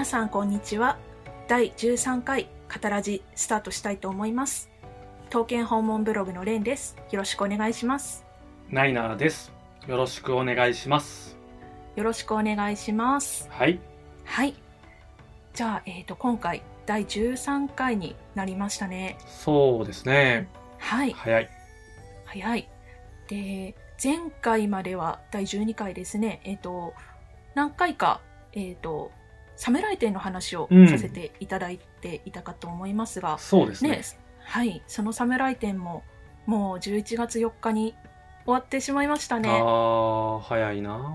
皆さんこんにちは。第13回カタラジスタートしたいと思います。刀剣訪問ブログのレンです。よろしくお願いします。 ナイナーです。よろしくお願いします。 よろしくお願いします。 はい。 はい。じゃあ、今回第13回になりましたね。 そうですね。 はい。 早い。 早い。で、前回までは第12回ですね。何回か、サムライ展の話をさせていただいていたかと思いますが、 そうですね。 はい。そのサムライ展ももう11月4日に終わってしまいましたね。 早いな。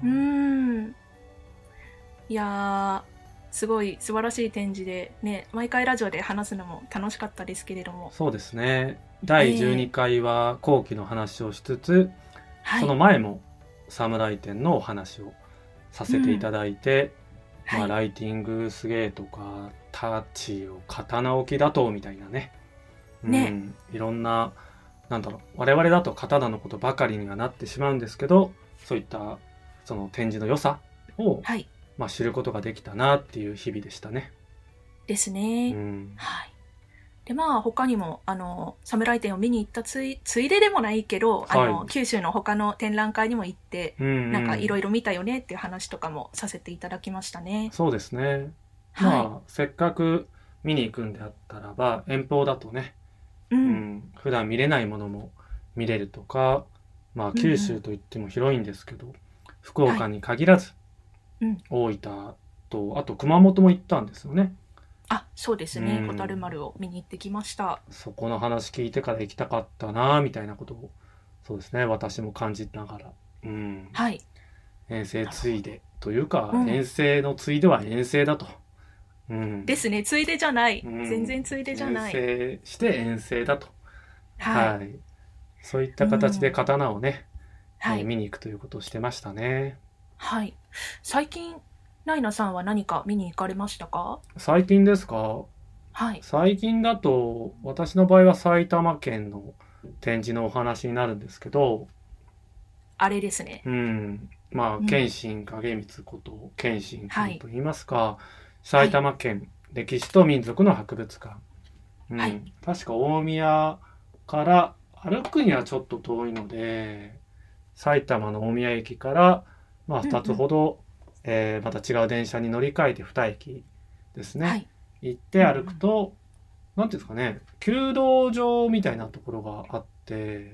いやー、すごい素晴らしい展示でね、毎回ラジオで話すのも楽しかったですけれども。 そうですね。第12回は後期の話をしつつ、その前もサムライ展のお話をさせていただいて、ライティングすげえとか、タッチを刀置きだとみたいなね。いろんな、我々だと刀のことばかりにはなってしまうんですけど、そういったその展示の良さを、知ることができたなっていう日々でしたね。 ですね。はい。で、他にも、サムライ展を見に行ったついででもないけど、九州の他の展覧会にも行って、なんかいろいろ見たよねっていう話とかもさせていただきましたね。 そうですね。せっかく見に行くんであったらば、遠方だとね、普段見れないものも見れるとか、九州といっても広いんですけど、福岡に限らず、大分と、あと熊本も行ったんですよね。 そうですね。蛍丸を見に行ってきました。 そこの話聞いてから行きたかったなみたいなことを、そうですね、私も感じながら。 はい。 遠征ついでというか、遠征のついでは遠征だと。 ですね。ついでじゃない。全然ついでじゃない。 遠征して遠征だと。はい。そういった形で刀をね、見に行くということをしてましたね。 はい。最近、ナイナさんは何か見に行かれましたか？ 最近ですか？ はい。 最近だと、私の場合は埼玉県の展示のお話になるんですけど、 あれですね。 謙信景光こと謙信君といいますか、埼玉県歴史と民族の博物館。確か大宮から歩くにはちょっと遠いので、埼玉の大宮駅から2つほど、また違う電車に乗り換えて2駅ですね、行って歩くと、なんていうんですかね、弓道場みたいなところがあって、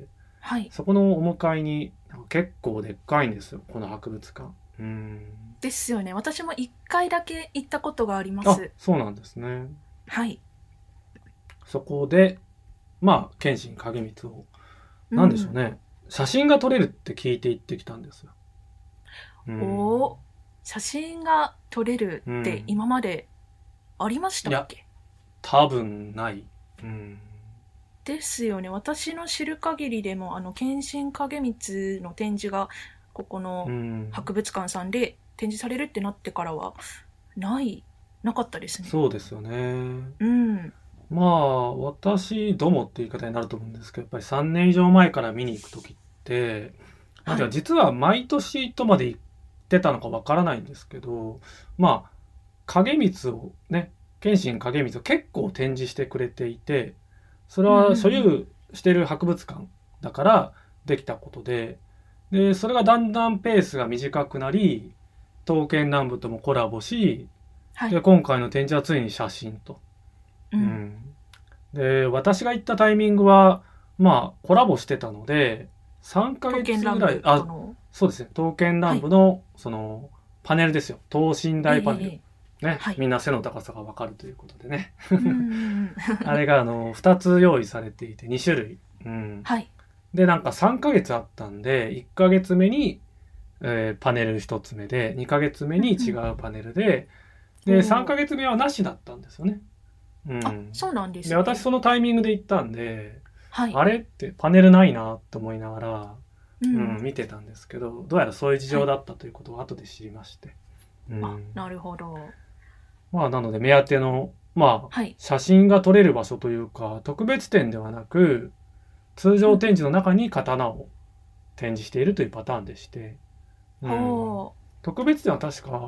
そこのお向かいに結構でっかいんですよ、この博物館。 ですよね。私も1回だけ行ったことがあります。 そうなんですね。 はい。 そこで謙信景光をなんでしょうね、写真が撮れるって聞いて行ってきたんですよ。 写真が撮れるって今までありましたっけ？ 多分ない。 ですよね。私の知る限りでも謙信景光の展示がここの博物館さんで展示されるってなってからはなかったですね。 そうですよね。私どもって言い方になると思うんですけど、やっぱり3年以上前から見に行く時って、実は毎年とまで言ってたのかわからないんですけど、景光をね、謙信景光を結構展示してくれていて、それは所有している博物館だからできたことで、それがだんだんペースが短くなり、刀剣乱舞ともコラボし、で今回の展示はついに写真と。で、私が行ったタイミングはコラボしてたので3ヶ月ぐらい、そうですね、刀剣乱舞のそのパネルですよ、等身大パネル、みんな背の高さが分かるということでねあれが2つ用意されていて2種類、で3ヶ月あったんで、1ヶ月目に、パネル1つ目で、2ヶ月目に違うパネルで、3ヶ月目はなしだったんですよね。 そうなんですね。 で、私そのタイミングで行ったんで、あれってパネルないなと思いながら、見てたんですけど、どうやらそういう事情だったということを後で知りまして。 なるほど。 なので目当ての写真が撮れる場所というか、特別展ではなく通常展示の中に刀を展示しているというパターンでして、特別展は確か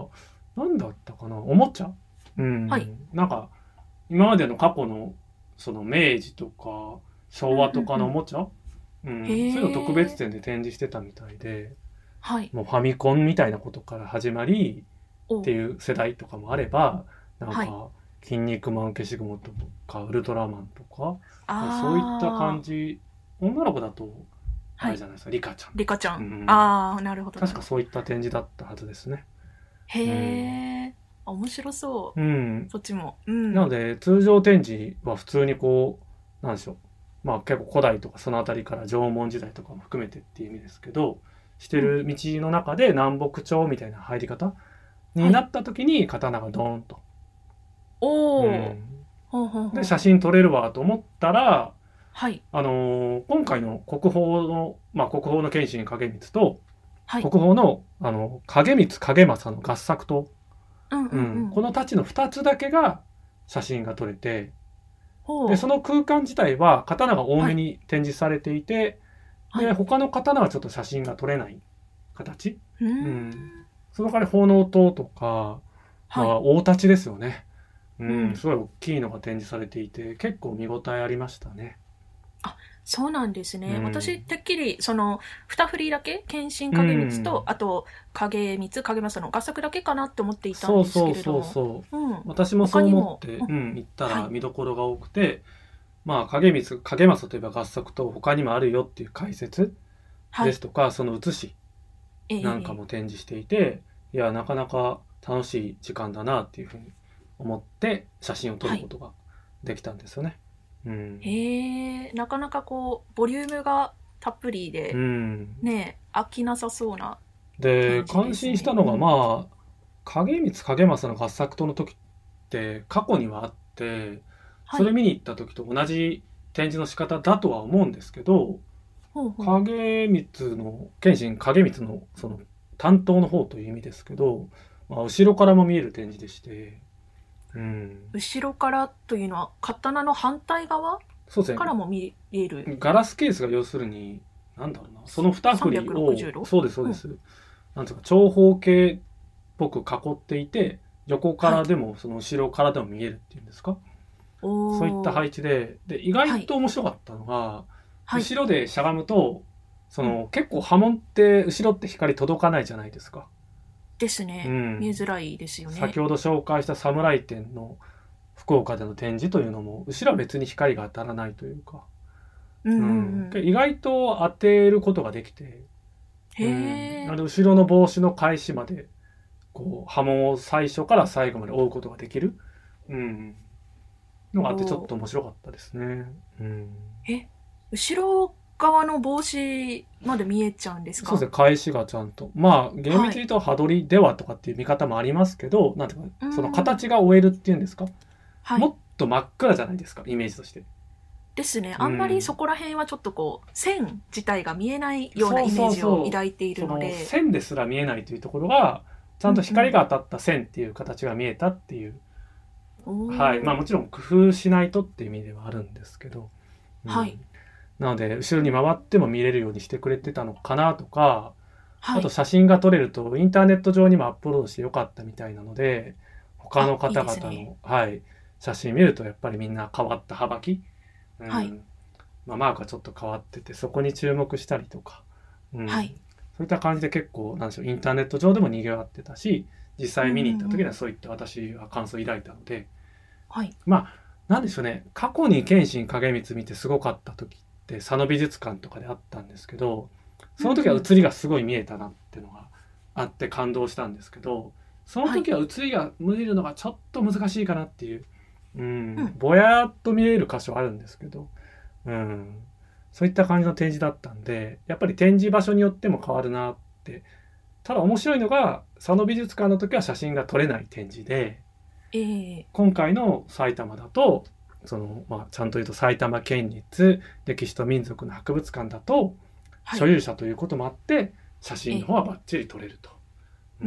なんだったかな、おもちゃ、 はい。 なんか今までの過去のその明治とか昭和とかのおもちゃ、そういうの特別へえ。 展で展示してたみたいで、 はい。 もうファミコンみたいなことから始まりってお、 いう世代とかもあれば、なんはい。 か筋肉マン消しゴムとかウルトラマンとか、そういった感ああ、 じ。女の子だとあはい。 れじゃないですか、リカちゃんとか、 リカちゃん。ああ、なるほど、な確かるほど。 そういった展示だったはずですね。 へうん、 え。あ、面白そう。 うん、 そっちも。うん。 なので通常展示は普通にこうなんでしょう、まあ結構古代とかその辺りから縄文時代とかも含めてっていう意味ですけど、してうん。 る道の中で南北朝みたいな入り方にはい。 なった時に刀がドーンと、うおお。 ん、 ほうほうほでうほう。 写真撮れるわと思ったら、 はい。 今回の国宝の、国宝の謙信景光とはい。 国宝の、景光景正の合作と、 うんうんうん。 この太刀の2つだけが写真が撮れて、で、そほう。 の空間自体は刀が多はい。 めに展示されていて、で、 はい。 他の刀はちょっと写真が撮れない形。 うーうん。 ん。 その代わり奉納塔とか、 はい。 大太刀ですよね。 うん。 すごい大きいのが展示されていて、結構見応えありましたね。 あ、そうなんですうね。私、 ん。 てっきり、その、二振りだけ、謙信う影光と、 ん。 あと、影光、影正の合作だけかなって思っていたんそうですそうそうけれども。 そう。 うん。 私もそう他にも、 思って、 うん。 行ったらはい。 見どころが多くて、影光、影正といえば合作と他にもあるよっていう解説はい。 ですとか、その写しえなんかえ、 も展示していて、いや、なかなか楽しい時間だなっていうふうに思って写真を撮はい。 ることができたんですよね。うん。 へえ、なかなかこう、ボリュームがたっぷりうで、 ん。 ねえ、飽きなさそうなで、 展示感ですね。 心したのが、 うん。 影光影正の合作との時って過去にはあって、 はい。 それ見に行った時と同じ展示の仕方だとは思うんですけど、 ほうほう。 影光の、謙信影光のその担当の方という意味ですけど、後ろからも見える展示でして、うん。 後ろからというのは、刀の反対側そうですね。 からも見える。 ガラスケースが要するに、なんだろうな、その二振りを、 360度。 そうです、そううん。 です。なんていうか、長方形っぽく囲っていて、横かはい。 らでも、その後ろからでも見えるっていうんですか。そういったおー。 配置で、意外はい。 と面白かったのが、 はい。 後ろでしゃがむと、 うん。 結構波紋って、後ろって光届かないじゃないですか。 ですうね。見えん。 づらいですよね。 先ほど紹介した侍展の福岡での展示というのも、後ろは別に光が当たらないというか、 うんうんうん。 意外と当てることができて、 へなのえ。 で後ろの帽子の返しまで、こう、波紋を最初から最後まで追うことができる、うん、のがあってちょっおー。 と面白かったですね。うん。 え、後ろ側の帽子まで見えちゃうんですか？ そうですね、返しがちゃんと。厳密にはい。 言うと、葉取りではとかっていう見方もありますけど、なんていうか、 うーそのん。 形が終えるっていうんですか。 はい。 もっと真っ暗じゃないですか、イメージとして。 ですね。 うあんまりそん。 こら辺はちょっとこう、線自体が見えないようなそうそうイメージをそう。 抱いているそのので。 線ですら見えないというところが、ちゃんとうんうん。 光が当たった線っていう形が見えたっていう。 おはい。 ー。 もちろん工夫しないとっていう意味ではあるんですけど。うん。 はい。 なので、後ろに回っても見れるようにしてくれてたのかなとか、あとはい。 写真が撮れるとインターネット上にもアップロードしてよかったみたいなので、他あ、いいの方ですね。 々の、はい、写真見るとやっぱりみんな変わった幅き、うはい。 ん、マークがちょっと変わってて、そこに注目したりとか、 はい。 そういった感じで結構、なんでしょう、インターネット上でも賑わってたし、実うんうん際見に行った時うん。 にはそういった私は感想を抱いたので、 はい。 なんでしょうね、過去に謙信景光見てすごかった時って佐野美術館とかであったんですけど、その時はうんうん。 写りがすごい見えたなっていうのがあって感動したんですけど、そのはい。 時は写りが見えるのがちょっと難しいかなっていう、 うん。 ぼやっと見える箇所あるんですけど、そういった感じの展示だったんで、やっぱり展示場所によっても変わるなって。ただ面白いのが、佐野美術館の時は写真が撮れない展示で、 ええ。 今回の埼玉だと、ちゃんと言うと埼玉県立歴史と民族の博物館だと、 はい。 所有者ということもあって、写真のええ。 方はバッチリ撮れると。 うん。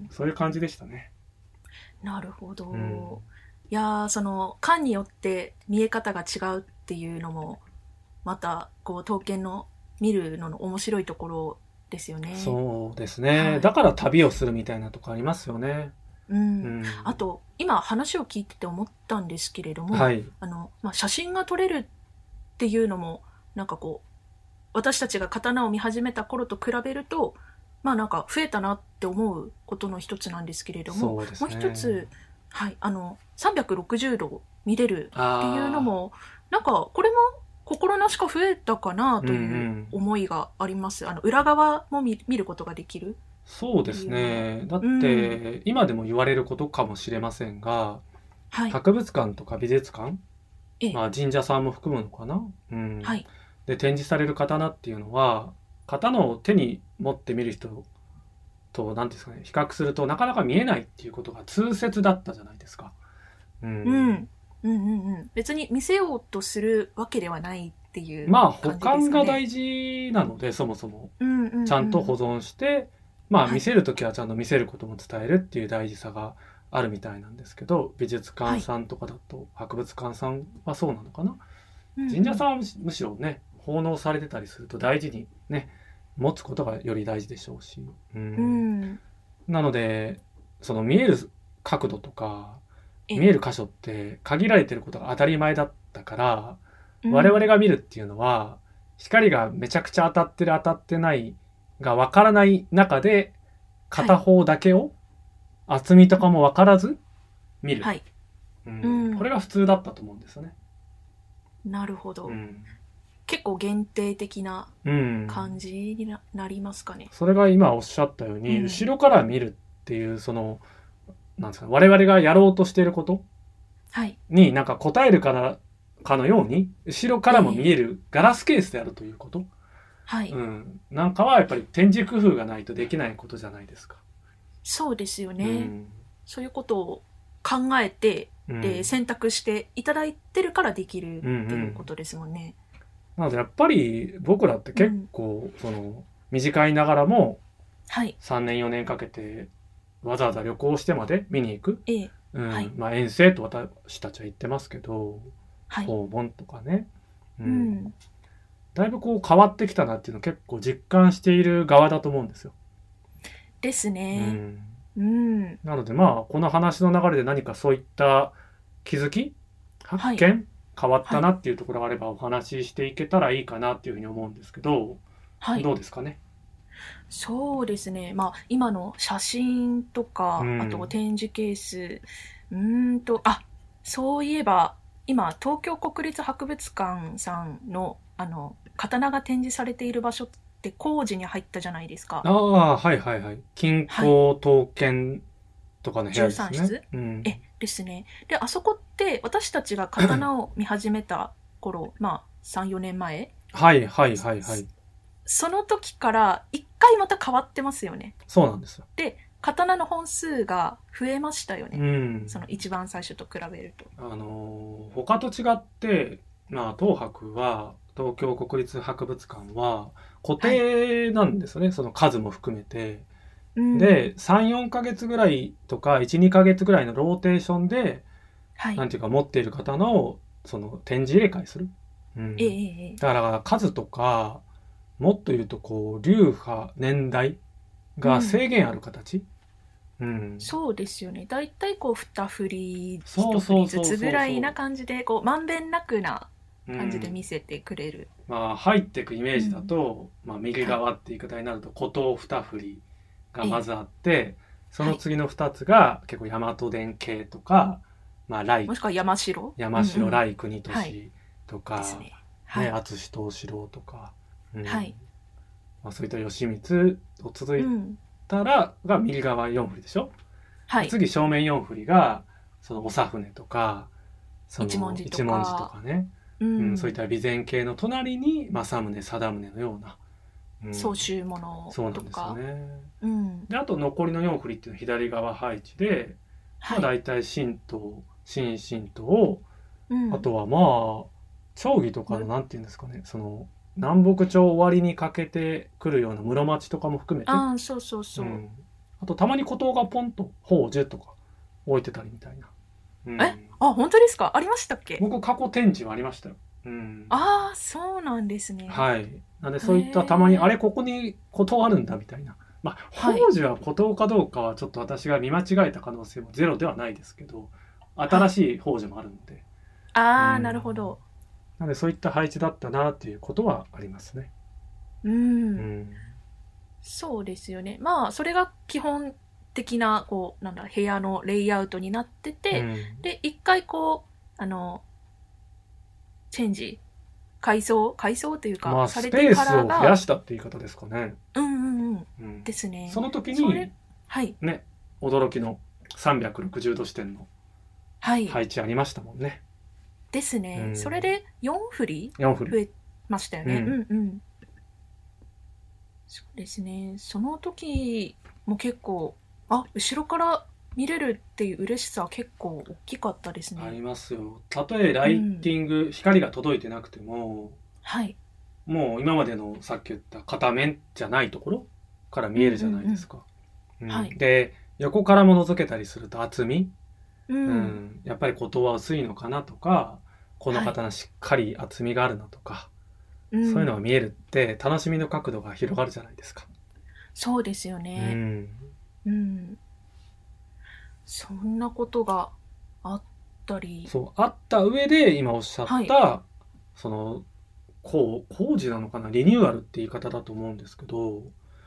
そういう感じでしたね。 なるほうん。 ど。いやー、その、館によって見え方が違うっていうのも、また、こう、刀剣の見るのの面白いところですよね。 そうですね。 はい。 だから旅をするみたいなとこありますよね。 あと今話を聞いてて思ったんですけれども、 はい、 写真が撮れるっていうのもなんかこう私たちが刀を見始めた頃と比べるとなんか増えたなって思うことの一つなんですけれども、もう一つ、はい、360度見れるっていうのもなんかこれも心なしか増えたかなという思いがあります。裏側も見ることができる。 そうですね。だって、今でも言われることかもしれませんが、はい、博物館とか美術館、神社さんも含むのかな、はい、で展示される刀っていうのは刀を手に持って見る人と何ですかね、比較するとなかなか見えないっていうことが通説だったじゃないですか。 別に見せようとするわけではないっていう感じですかね。保管が大事なので、そもそもちゃんと保存して見せるときはちゃんと見せることも伝えるっていう大事さがあるみたいなんですけど、美術館さんとかだと、博物館さんはそうなのかな、神社さんはむしろね、奉納されてたりすると大事にね持つことがより大事でしょうし、なのでその見える角度とか見える箇所って限られてることが当たり前だったから、我々が見るっていうのは光がめちゃくちゃ当たってる当たってないが分からない中で片方だけを厚みとかも分からず見る、これが普通だったと思うんですよね。 なるほど、結構限定的な感じになりますかね。 それが今おっしゃったように、後ろから見るっていうそのなんですか、我々がやろうとしていることになんか答えるかのように後ろからも見えるガラスケースであるということ、なんかはやっぱり展示工夫がないとできないことじゃないですか。 そうですよね、そういうことを考えて、選択していただいてるからできるっていうことですもんね。 なのでやっぱり僕らって結構その短いながらも3年4年かけてわざわざ旅行してまで見に行く、遠征と私たちは言ってますけど、訪問とかね、だいぶこう変わってきたなっていうのを結構実感している側だと思うんですよ。 ですね。 なのでこの話の流れで何かそういった気づき、発見、変わったなっていうところがあればお話ししていけたらいいかなっていうふうに思うんですけど、どうですかね。 そうですね。今の写真とか、あと展示ケース、そういえば今東京国立博物館さんの刀が展示されている場所って工事に入ったじゃないですか。 金工刀剣とかの部屋ですね。13室、 ですね。で、あそこって私たちが刀を見始めた頃、3、4年前。その時から一回また変わってますよね。 そうなんですよ。 で、刀の本数が増えましたよね。その一番最初と比べると。 他と違って、東博は東京国立博物館は固定なんですよね、その数も含めて。で 3,4 ヶ月ぐらいとか 1,2 ヶ月ぐらいのローテーションで、なんていうか持っている刀をその展示入れ替えする、だから数とかもっと言うとこう流派年代が制限ある形、 そうですよね。だいたいこう2振り1振りずつぐらいな感じでこうまんべんなくな感じで見せてくれる、 入っていくイメージだと、右側って言い方になると古刀2振りがまずあって、その次の2つが結構大和伝系とか、 もしくは山城来国俊とか、敦藤四郎とか、そういった義満を続いたらが右側4振りでしょ、次正面4振りがその長船とかその一文字とかね、そういった備前系の隣に政宗貞宗のような総集物とか、 そうなんですよね。であと残りの4振りっていうのは左側配置で、だいたい新神道、あとは町議とかのなんていうんですかね、その南北朝終わりにかけてくるような室町とかも含めて、 あとたまに古刀がポンと宝珠とか置いてたりみたいな。 本当ですか？ありましたっけ？ 僕過去展示はありましたよ。 そうなんですね。 なんでそういったたまにここに古刀あるんだみたいな、 まあ宝珠は古刀かどうかはちょっと私が見間違えた可能性もゼロではないですけど、新しい宝珠もあるので、 なるほど。 なのでそういった配置だったなっていうことはありますね。 そうですよね。まあそれが基本的なこうなんだ部屋のレイアウトになってて、で一回こうチェンジ改装というか、 まあスペースを増やしたって言い方ですかね。 ですね。 その時にね、驚きの360度視点の配置ありましたもんね。 ですね。それで4振り増えましたよね。そうですね。その時も結構後ろから見れるっていう嬉しさは結構大きかったですね。 ありますよ。たとえライティング、光が届いてなくても、もう今までのさっき言った片面じゃないところから見えるじゃないですか。で、横からも覗けたりすると厚み、やっぱり古刀は薄いのかなとか、この刀しっかり厚みがあるなとか、そういうのが見えるって楽しみの角度が広がるじゃないですか。 そうですよね。そんなことがあったり。 あった上で今おっしゃった、その工事なのかな、リニューアルって言い方だと思うんですけど、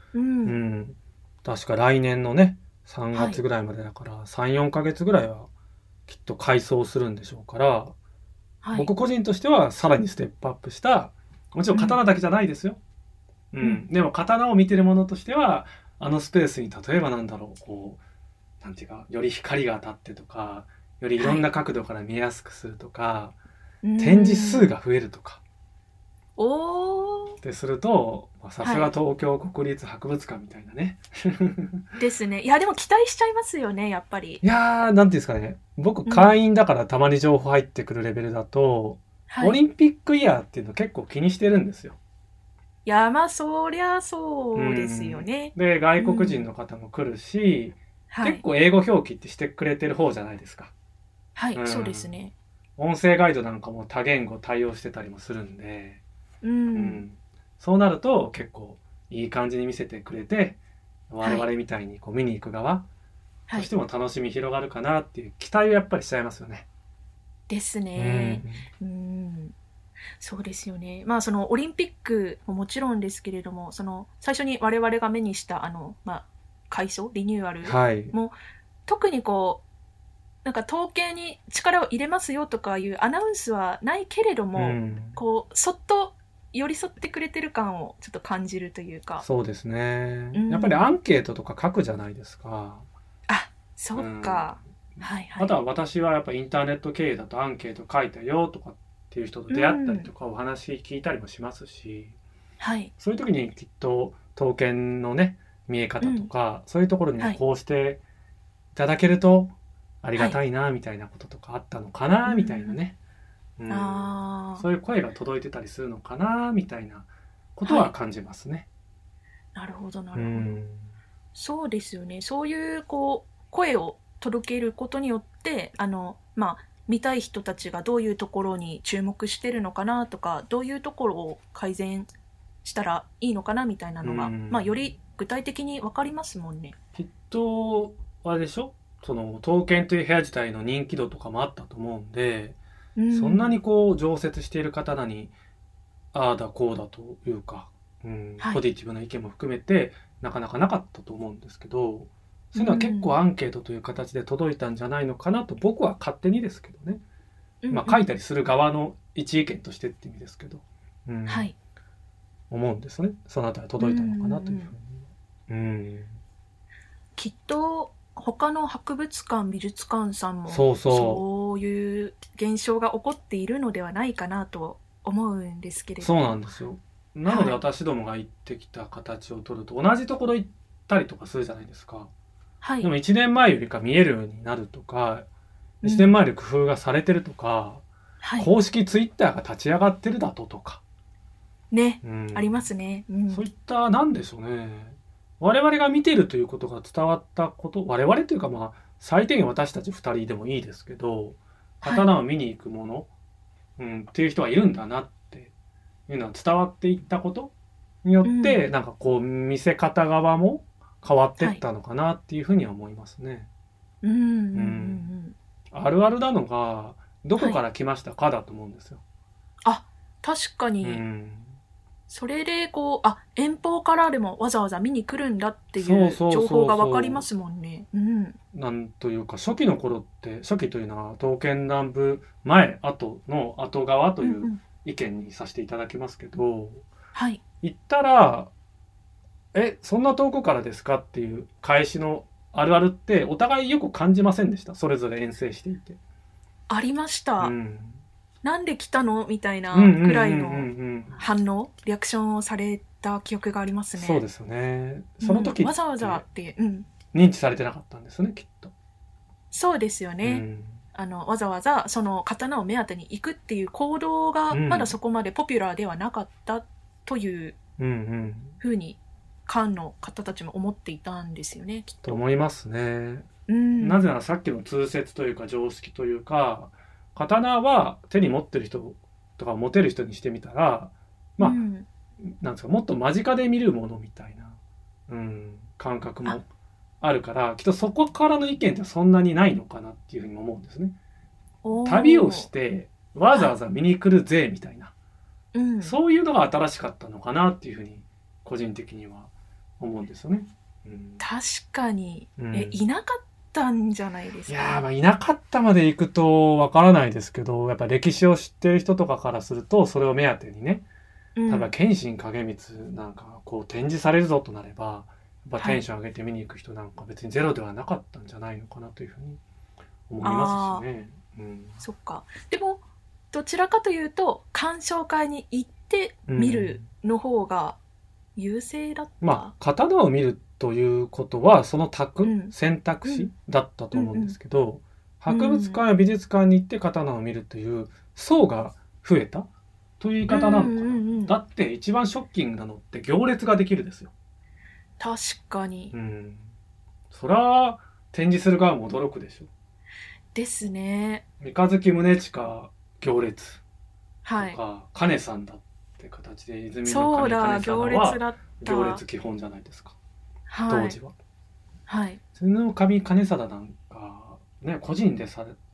確か来年のね3月ぐらいまでだから、3、4ヶ月ぐらいはきっと改装するんでしょうから、僕個人としてはさらにステップアップした、もちろん刀だけじゃないですよ。でも刀を見てるものとしては、スペースに例えばなんだろう、こうなんていうか、より光が当たってとか、よりいろんな角度から見えやすくするとか、展示数が増えるとかってすると、さすが東京国立博物館みたいなね。 ですね。いやでも期待しちゃいますよね、やっぱり。 いやー、なんていうんですかね、僕会員だからたまに情報入ってくるレベルだと、オリンピックイヤーっていうの結構気にしてるんですよ。 いやまあそりゃそうですよね。 で外国人の方も来るし、結構英語表記ってしてくれてる方じゃないですか。 そうですね。 音声ガイドなんかも多言語対応してたりもするんで、そうなると結構いい感じに見せてくれて、我々みたいにこう見に行く側としても楽しみ広がるかなっていう期待をやっぱりしちゃいますよね。 ですね。そうですよね。まあそのオリンピックももちろんですけれども、その最初に我々が目にした改装リニューアルも、特にこうなんか統計に力を入れますよとかいうアナウンスはないけれども、こうそっと寄り添ってくれてる感をちょっと感じるというか。 そうですね。やっぱりアンケートとか書くじゃないですか。 そうか。 あとは私はやっぱインターネット経由だとアンケート書いたよとかっていう人と出会ったりとかお話聞いたりもしますし、そういう時にきっと刀剣のね見え方とか、そういうところにこうしていただけるとありがたいなみたいなこととかあったのかなみたいなね、そういう声が届いてたりするのかなみたいなことは感じますね。 なるほどなるほど。そうですよね。そういうこう声を届けることによって見たい人たちがどういうところに注目してるのかなとか、どういうところを改善したらいいのかなみたいなのが、より具体的に分かりますもんね。 きっとあれでしょ、その刀剣という部屋自体の人気度とかもあったと思うんで、そんなにこう常設している方にああだこうだというか、ポジティブな意見も含めてなかなかなかったと思うんですけど、そういうのは結構アンケートという形で届いたんじゃないのかなと僕は勝手にですけどね、書いたりする側の一意見としてって意味ですけど、思うんですね。そのあたり届いたのかなというふうに。 きっと他の博物館美術館さんもそういう現象が起こっているのではないかなと思うんですけれど。 そうなんですよ。なので私どもが行ってきた形を取ると、同じところ行ったりとかするじゃないですか。でも1年前よりか見えるようになるとか、1年前より工夫がされてるとか、公式ツイッターが立ち上がってるだとかね、ありますね。 そういったなんでしょうね、我々が見てるということが伝わったこと、我々というか最低限私たち2人でもいいですけど、刀を見に行くもの、っていう人がいるんだなっていうのは伝わっていったことによって、なんかこう見せ方側も変わってったのかなっていうふうには思いますね。あるあるなのがどこから来ましたかだと思うんですよ。 あ、確かに。それでこう、遠方からでもわざわざ見に来るんだっていう情報がわかりますもんね。 なんというか初期の頃って初期というのは刀剣乱舞前後の後側という意見にさせていただきますけど、行ったらそんな遠くからですかっていう返しのあるあるってお互いよく感じませんでした？それぞれ遠征していて。 ありました。なんで来たのみたいなぐらいの反応、リアクションをされた記憶がありますね。 そうですよね。その時わざわざって認知されてなかったんですね、きっと。 そうですよね。わざわざその刀を目当てに行くっていう行動がまだそこまでポピュラーではなかったというふうに漢の方たちも思っていたんですよね、きっと。 と思いますね。なぜならさっきの通説というか常識というか、刀は手に持ってる人とか持てる人にしてみたら、なんですか、もっと間近で見るものみたいな、感覚もあるから、きっとそこからの意見ってそんなにないのかなっていうふうに思うんですね。旅をしてわざわざ見に来るぜみたいな、そういうのが新しかったのかなっていうふうに個人的には思うんですよね。 確かに、いなかったんじゃないですか。 いやいなかったまで行くとわからないですけど、やっぱ歴史を知ってる人とかからするとそれを目当てにね、例えば謙信景光なんかこう展示されるぞとなれば、やっぱテンション上げて見に行く人なんか別にゼロではなかったんじゃないのかなというふうに思いますしね。 そっか。でもどちらかというと鑑賞会に行って見るの方が優勢だった。 刀を見るということはその選択肢だったと思うんですけど、博物館や美術館に行って刀を見るという層が増えたという言い方なのかな。だって一番ショッキングなのって行列ができるですよ。 確かに。 そりゃ展示する側も驚くでしょ。 ですね。 三日月宗近行列とか、金さんだって形で泉の神金さんは行列基本じゃないですか。当時は。泉の神金貞なんかね、個人で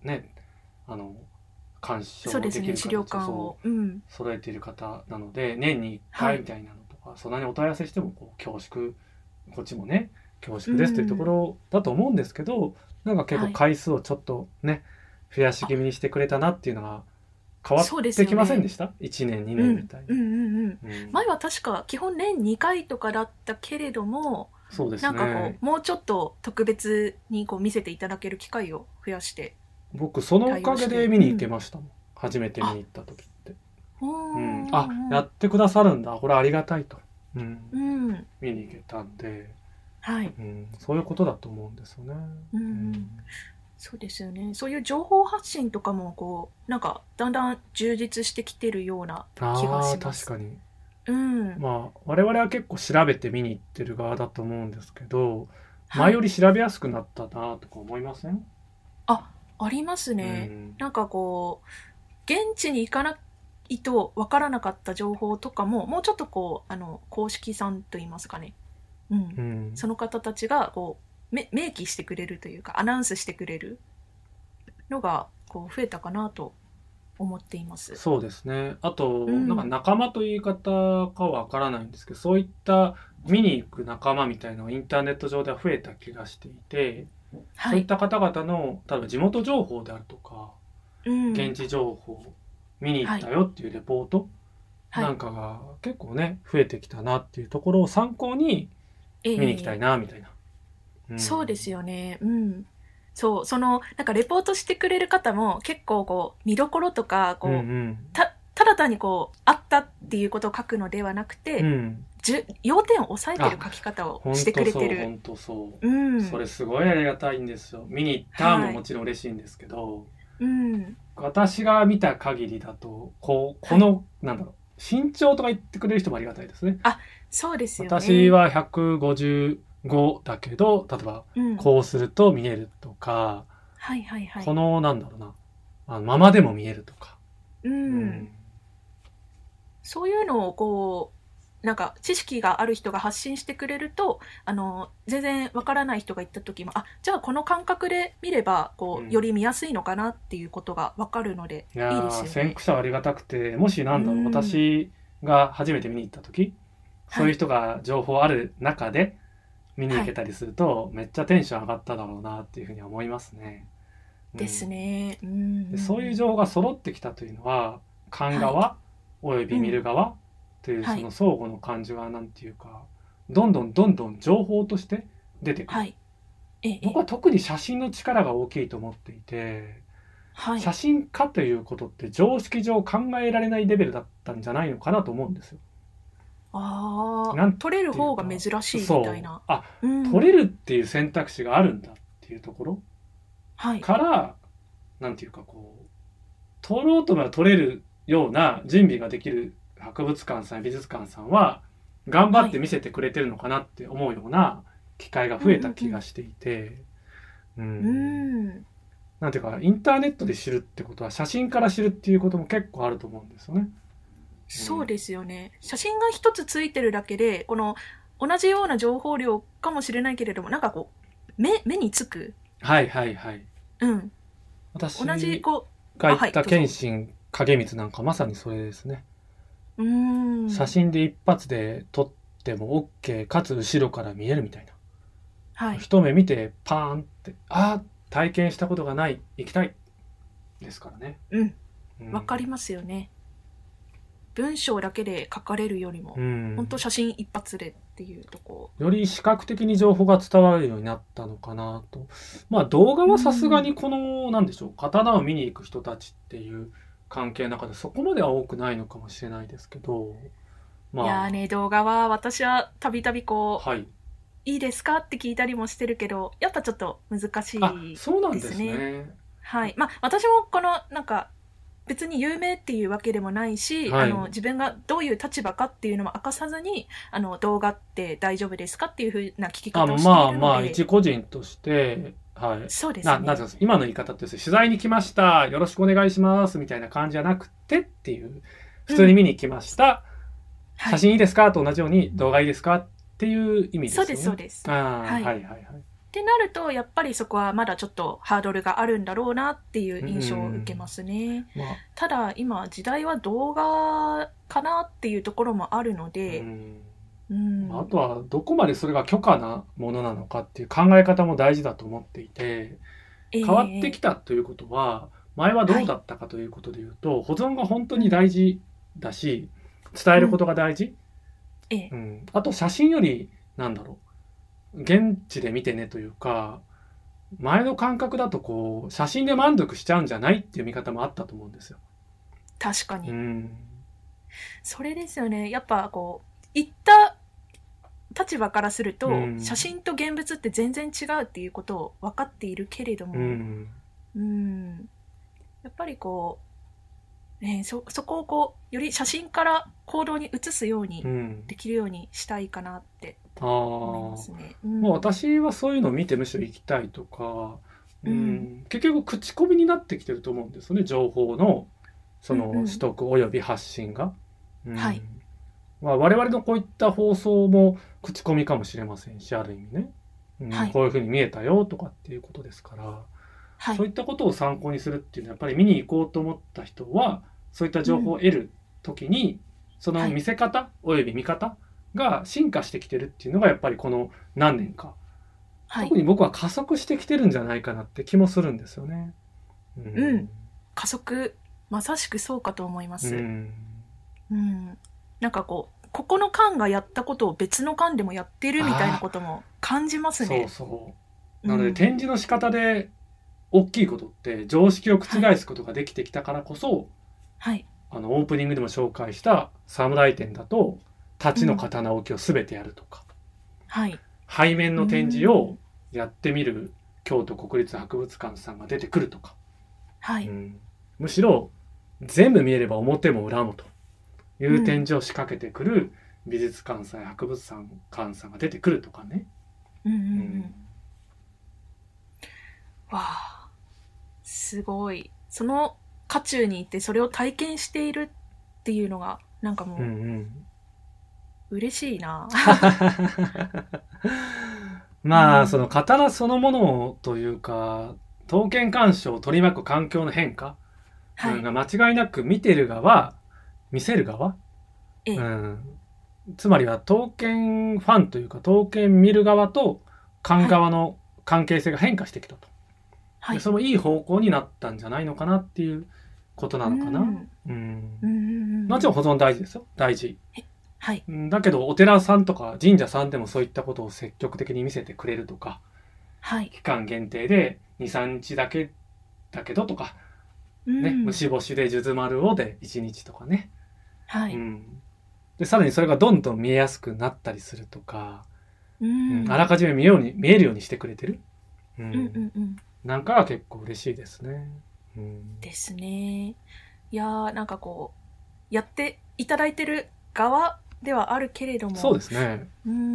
鑑賞できる資料館を揃えている方なので、年に1回みたいなのとか、そんなにお問い合わせしても恐縮、こっちもね恐縮ですというところだと思うんですけど、なんか結構回数をちょっとね、増やし気味にしてくれたなっていうのが変わってきませんでした？1年2年みたいな。 前は確か基本年2回とかだったけれども、 そうですね、 なんかこうもうちょっと特別にこう見せていただける機会を増やして。 僕そのおかげで見に行けましたもん、初めて見に行った時って。やってくださるんだ、これありがたいと、見に行けたんで、そういうことだと思うんですよね。 そうですよね。そういう情報発信とかもこうなんかだんだん充実してきてるような気がします。 確かに。我々は結構調べて見に行ってる側だと思うんですけど、前より調べやすくなったなとか思いません？ ありますね。なんかこう現地に行かないとわからなかった情報とかももうちょっとこう公式さんといいますかね、その方たちがこう明記してくれるというかアナウンスしてくれるのがこう増えたかなと思っています。 そうですね。あと、なんか仲間という言い方かはわからないんですけど、そういった見に行く仲間みたいなのがインターネット上では増えた気がしていて、そういった方々の例えば地元情報であるとか、現地情報見に行ったよっていうレポートなんかが結構ね増えてきたなっていうところを参考に見に行きたいなみたいな。 そうですよね。そのなんかレポートしてくれる方も結構こう見どころとかこう、ただ単にこうあったっていうことを書くのではなくて、要点を押さえてる書き方をしてくれてる。 本当そう。それすごいありがたいんですよ。見に行ったももちろん嬉しいんですけど、私が見た限りだとこのなんだろう、身長とか言ってくれる人もありがたいですね。 そうですよね。 私は155だけど、例えばこうすると見えるとか、このなんだろうな、ままでも見えるとか、 そういうのをこうなんか知識がある人が発信してくれると、全然わからない人が言った時も、じゃあこの感覚で見ればこうより見やすいのかなっていうことがわかるので、いいですよね。 先駆者はありがたくて、もし私が初めて見に行った時、そういう人が情報ある中で見に行けたりすると、めっちゃテンション上がっただろうなっていうふうに思いますね。 ですね。 でそういう情報が揃ってきたというのは、看側および見る側というその相互の感じがなんていうか、どんどん情報として出てくる。僕は特に写真の力が大きいと思っていて、写真家ということって常識上考えられないレベルだったんじゃないのかなと思うんですよ。 撮れる方が珍しいみたいな。 撮れるっていう選択肢があるんだっていうところから、なんていうかこう、撮ろうと思えば撮れるような準備ができる博物館さん、美術館さんは頑張って見せてくれてるのかなって思うような機会が増えた気がしていて、なんていうかインターネットで知るってことは写真から知るっていうことも結構あると思うんですよね。 そうですよね。写真が一つついてるだけで、この同じような情報量かもしれないけれども、なんかこう目につく。 私同じこうが言った謙信景光なんかまさにそれですね。写真で一発で撮っても OK かつ後ろから見えるみたいな。一目見てパーンって体験したことがない行きたいですからね。 わかりますよね。文章だけで書かれるよりも、本当写真一発でっていうとこより視覚的に情報が伝わるようになったのかなと。動画はさすがにこのなんでしょう、刀を見に行く人たちっていう関係の中でそこまでは多くないのかもしれないですけど、 いやね、動画は私はたびたびこう、いいですかって聞いたりもしてるけど、やっぱちょっと難しいですね。 そうなんですね。 私もこのなんか別に有名っていうわけでもないし、自分がどういう立場かっていうのも明かさずに、動画って大丈夫ですかっていうふうな聞き方をしているので。 一個人として、 そうですね。 なんですか、今の言い方って取材に来ました、よろしくお願いしますみたいな感じじゃなくてっていう、普通に見に来ました、写真いいですかと同じように動画いいですかっていう意味ですよね。 そうです。ってなるとやっぱりそこはまだちょっとハードルがあるんだろうなっていう印象を受けますね。ただ今時代は動画かなっていうところもあるので、 あとはどこまでそれが許可なものなのかっていう考え方も大事だと思っていて、変わってきたということは前はどうだったかということでいうと、保存が本当に大事だし伝えることが大事、あと写真よりなんだろう、現地で見てねというか、前の感覚だとこう写真で満足しちゃうんじゃないっていう見方もあったと思うんですよ。 確かに、それですよね。やっぱこう行った立場からすると、写真と現物って全然違うっていうことを分かっているけれども、やっぱりこう、そこをこうより写真から行動に移すようにできるようにしたいかなって思いますね。 私はそういうのを見てむしろ行きたいとか、結局口コミになってきてると思うんですよね、情報のその取得および発信が。我々のこういった放送も口コミかもしれませんし、ある意味ね、こういうふうに見えたよとかっていうことですから、そういったことを参考にするっていうのはやっぱり見に行こうと思った人はそういった情報を得るときに、その見せ方および見方が進化してきてるっていうのがやっぱりこの何年か、特に僕は加速してきてるんじゃないかなって気もするんですよね。 加速、まさしくそうかと思います。なんかここの館がやったことを別の館でもやってるみたいなことも感じますね。 なので展示の仕方で大きいことって常識を覆すことができてきたからこそ、オープニングでも紹介した侍展だと太刀の刀置きを全てやるとか、背面の展示をやってみる京都国立博物館さんが出てくるとか、むしろ全部見えれば表も裏もという展示を仕掛けてくる美術館さんや博物館さんが出てくるとかね。 わあ、すごい。その渦中にいてそれを体験しているっていうのがなんかもう、 嬉しいな。 まあ、その刀そのものというか、刀剣鑑賞を取り巻く環境の変化、 はい。 が間違いなく見てる側、見せる側、 ええ。 つまりは刀剣ファンというか、刀剣見る側と勘側の関係性が変化してきたと。はい、そのいい方向になったんじゃないのかなっていうことなのかな。もちろん保存大事ですよ。大事。 はい。 だけどお寺さんとか神社さんでもそういったことを積極的に見せてくれるとか、 はい、 期間限定で2、3日だけだけどとか、ね、虫干しで数珠丸をで1日とかね。 はい。 で、さらにそれがどんどん見えやすくなったりするとか、あらかじめ見えるようにしてくれてる。なんかは結構嬉しいですね。 ですね。いやー、なんかこう、やっていただいてる側ではあるけれども。 そうですね。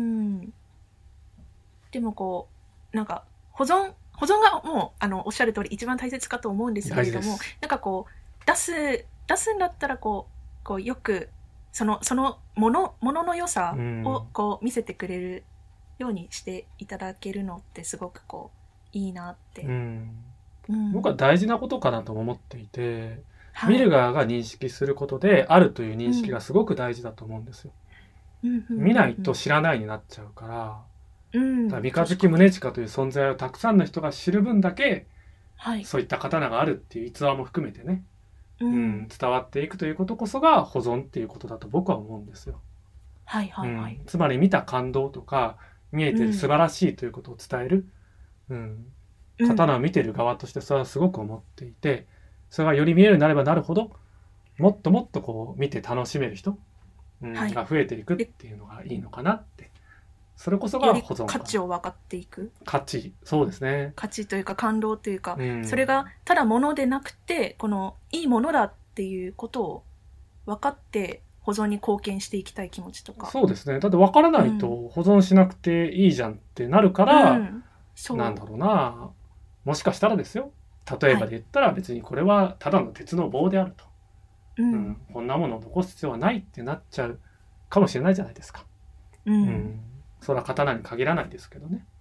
でもこう、なんか、保存がもう、おっしゃる通り一番大切かと思うんですけれども、なんかこう、出すんだったらこう、よく、そのものの良さをこう見せてくれるようにしていただけるのってすごくこう、いいなって。 僕は大事なことかなと思っていて、見る側が認識することであるという認識がすごく大事だと思うんですよ。見ないと知らないになっちゃうから、三日月宗近という存在をたくさんの人が知る分だけ、そういった刀があるっていう逸話も含めてね、伝わっていくということこそが保存っていうことだと僕は思うんですよ。つまり見た感動とか見えてる素晴らしいということを伝える、刀を見てる側としてそれはすごく思っていて、それがより見えるようになればなるほどもっともっとこう見て楽しめる人、が増えていくっていうのがいいのかなって。それこそが保存価値を分かっていく。 そうですね。 価値というか感動というか、それがただ物でなくて、このいいものだっていうことを分かって保存に貢献していきたい気持ちとか。 そうですね。だって分からないと保存しなくていいじゃんってなるから、なんだろうな。もしかしたらですよ。例えばで言ったら別にこれはただの鉄の棒であると。こんなものを残す必要はないってなっちゃうかもしれないじゃないですか。それは刀に限らないですけどね。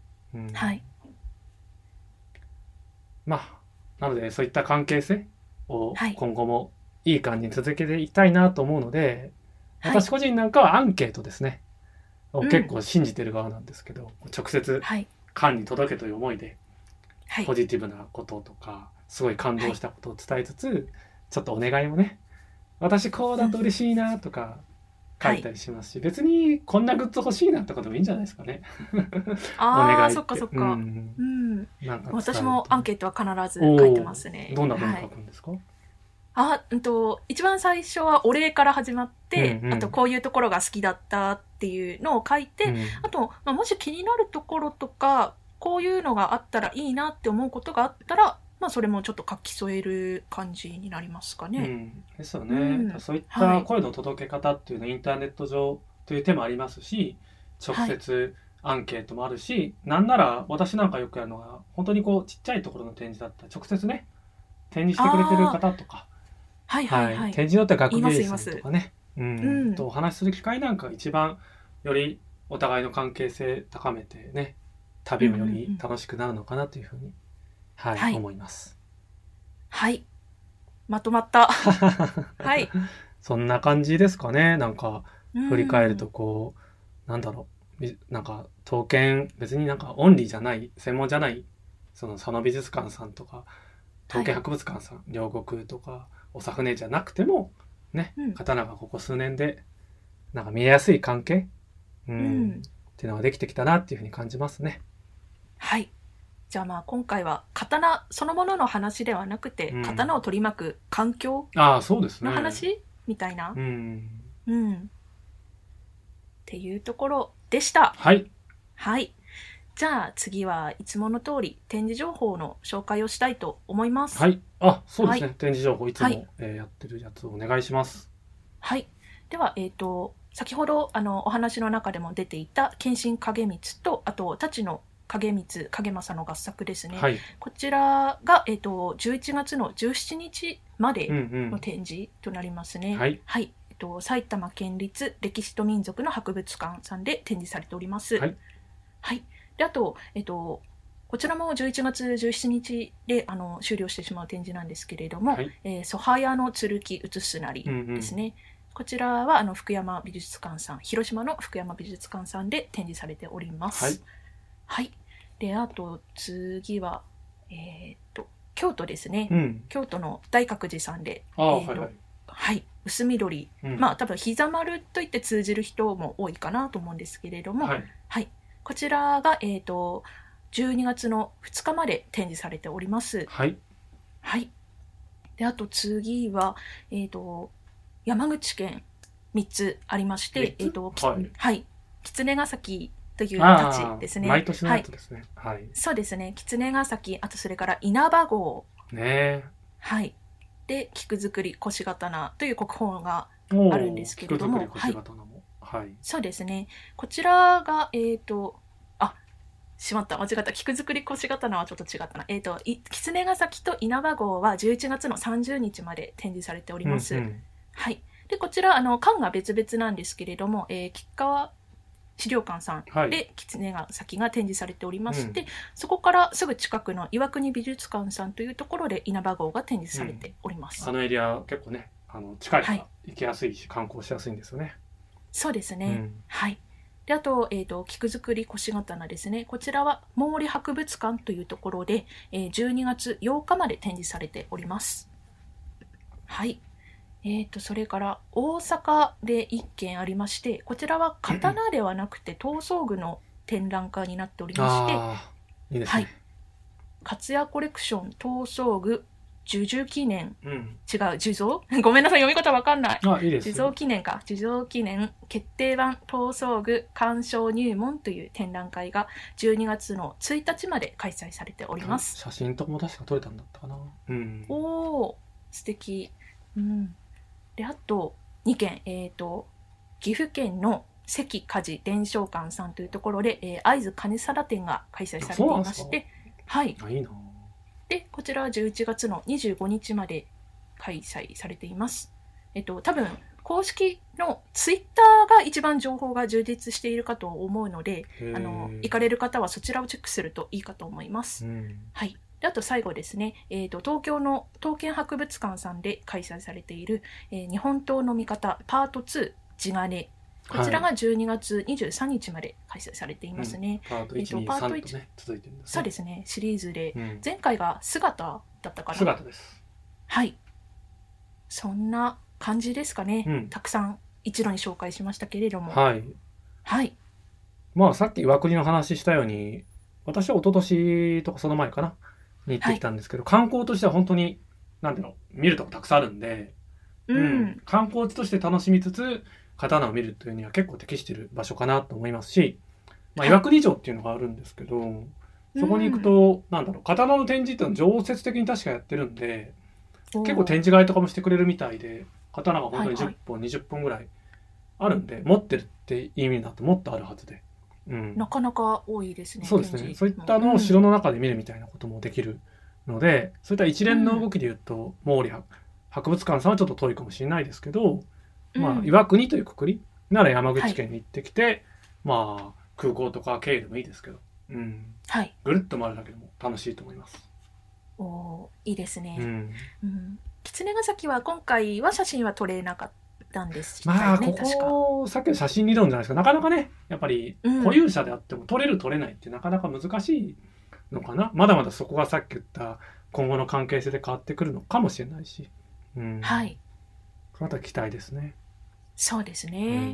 まあ、なのでそういった関係性を今後もいい感じに続けていきたいなと思うので、私個人なんかはアンケートですね。を結構信じてる側なんですけど、直接官に届けという思いで、ポジティブなこととか、すごい感動したことを伝えつつ、ちょっとお願いもね、私こうだと嬉しいなとか、書いたりしますし、別にこんなグッズ欲しいなとかでもいいんじゃないですかね。 ああ、そっかそっか。私もアンケートは必ず書いてますね。 どんなふうに書くんですか？ 一番最初はお礼から始まって、あとこういうところが好きだったっていうのを書いて、あと、もし気になるところとか、こういうのがあったらいいなって思うことがあったら、それもちょっと書き添える感じになりますかね。 ですよね。そういった声の届け方っていうのはインターネット上という手もありますし、直接アンケートもあるし、なんなら私なんかよくやるのが、本当にこうちっちゃいところの展示だったら直接ね、展示してくれてる方とか、展示によっては学芸員さんとかね、とお話しする機会なんかが一番よりお互いの関係性高めてね、旅もより楽しくなるのかなというふうに、思います。 まとまった。はい。 そんな感じですかね。なんか振り返るとこう、なんだろう、なんか刀剣別になんかオンリーじゃない専門じゃないその佐野美術館さんとか刀剣博物館さん、両国とか長船じゃなくてもね、刀がここ数年でなんか見えやすい関係、っていうのができてきたなっていうふうに感じますね。 はい。じゃあ今回は刀そのものの話ではなくて、刀を取り巻く環境の話みたいな、っていうところでした。 はい。 じゃあ次はいつもの通り展示情報の紹介をしたいと思います。 そうですね。展示情報いつも、やってるやつをお願いします。 では先ほどお話の中でも出ていた謙信景光とあと太刀の景光景政の合作ですね。こちらが11月の17日までの展示となりますね。 埼玉県立歴史と民族の博物館さんで展示されております。はい。はい。で、あと、こちらも11月17日で終了してしまう展示なんですけれども、はい、ソハヤの剣写すなりですね。こちらは福山美術館さん、広島の福山美術館さんで展示されております。はい。はい。で、あと次は、京都ですね。京都の大覚寺さんで、はい、薄緑、まあ多分膝丸といって通じる人も多いかなと思うんですけれども、はい、こちらが12月の2日まで展示されております。はい。はい。で、あと次は山口県3つありまして、はい、狐ヶ崎という町ですね。 毎年のやつですね。はい。 そうですね。狐ヶ崎、あとそれから稲葉号。 ね。 はい。で、菊作り腰刀という国宝があるんですけれども、 はい。はい。 そうですね。こちらがしまった、間違った。菊作り腰刀はちょっと違ったな。狐ヶ崎と稲葉号は11月の30日まで展示されております。はい。で、こちら館が別々なんですけれども、吉川資料館さんで狐ヶ崎が展示されておりまして、そこからすぐ近くの岩国美術館さんというところで稲葉号が展示されております。 あのエリア結構ね、近いから行きやすいし、観光しやすいんですよね。 そうですね。はい。で、あと、菊作り腰刀ですね。こちらは毛利博物館というところで、12月8日まで展示されております。はい。それから大阪で1件ありまして、こちらは刀ではなくて刀装具の展覧会になっておりまして、 いいですね。 はい。勝谷コレクション刀装具樹蔵記念、違う、樹蔵ごめんなさい、読み方わかんない。 いいです。 樹蔵記念か。樹蔵記念決定版刀装具鑑賞入門という展覧会が12月の1日まで開催されております。 写真とかも確か撮れたんだったかな。 おー、素敵。で、あと2件、岐阜県の関鍛冶伝承館さんというところで、会津金皿展が開催されていまして、はい。 いいな。 で、こちらは11月の25日まで開催されています。多分、公式のツイッターが一番情報が充実しているかと思うので、行かれる方はそちらをチェックするといいかと思います。はい。で、あと最後ですね、東京の刀剣博物館さんで開催されている、日本刀の見方パート2地金。こちらが12月23日まで開催されていますね。 パート1、2、3とね、続いてるんですね。 そうですね、シリーズで、前回が姿だったかな。 姿です。 はい。そんな感じですかね。たくさん一度に紹介しましたけれども。 はい。 はい。 まあさっき岩国の話したように、私は一昨年とかその前かなに行ってきたんですけど、観光としては本当になんていうの、見るとこたくさんあるんで、観光地として楽しみつつ刀を見るというには結構適している場所かなと思いますし、岩国城っていうのがあるんですけど、そこに行くと、なんだろう、刀の展示っていうのは常設的に確かやってるんで、結構展示会とかもしてくれるみたいで、刀が本当に10本、20本ぐらいあるんで、持ってるって意味だともっとあるはずで。 なかなか多いですね。 そうですね。そういったのを城の中で見るみたいなこともできるので、そういった一連の動きで言うと、毛利博物館さんはちょっと遠いかもしれないですけど、岩国というくくりなら山口県に行ってきて、空港とか経由でもいいですけど、ぐるっと回るだけでも楽しいと思います。 いいですね。狐ヶ崎は今回は写真は撮れなかったんですよね。 ここさっきの写真理論じゃないですか、なかなかね、やっぱり保有者であっても撮れる撮れないってなかなか難しいのかな。まだまだそこがさっき言った今後の関係性で変わってくるのかもしれないし、 はい。 そのあたり期待ですね。 そうですね。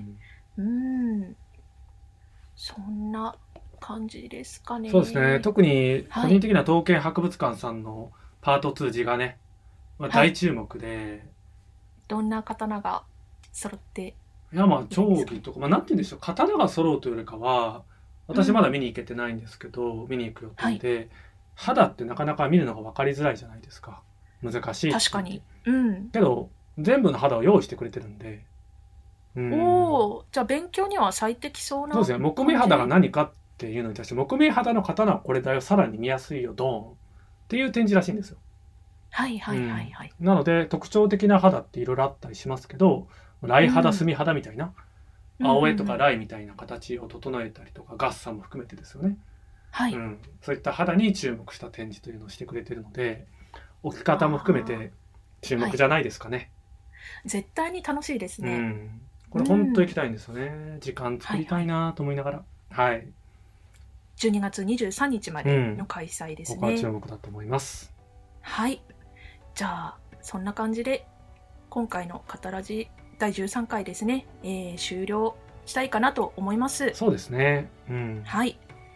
そんな感じですかね。 そうですね。特に個人的な刀剣博物館さんのパート2字がね、大注目で、 どんな刀が揃っていや定規とか、なんて言うんでしょう、刀が揃うというよりかは、私まだ見に行けてないんですけど、見に行く予定で、肌ってなかなか見るのが分かりづらいじゃないですか。難しい。 確かに。 けど全部の肌を用意してくれてるんで。 じゃあ勉強には最適そうな。 そうですね。木目肌が何かっていうのに対して、木目肌の刀はこれだよ、さらに見やすいよ、ドーンっていう展示らしいんですよ。 なので特徴的な肌っていろいろあったりしますけど、 雷肌、墨肌みたいな、青絵とか雷みたいな形を整えたりとか、ガッサンも含めてですよね。 はい。 そういった肌に注目した展示というのをしてくれてるので、置き方も含めて注目じゃないですかね。 絶対に楽しいですね。 これ本当行きたいんですよね。時間作りたいなと思いながら。はい。 12月23日までの開催ですね。 僕は注目だと思います。 はい。じゃあ、そんな感じで、今回のカタラジ第13回ですね、終了したいかなと思います。 そうですね。 はい。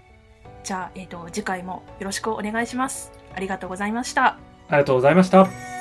じゃあ、次回もよろしくお願いします。ありがとうございました。 ありがとうございました。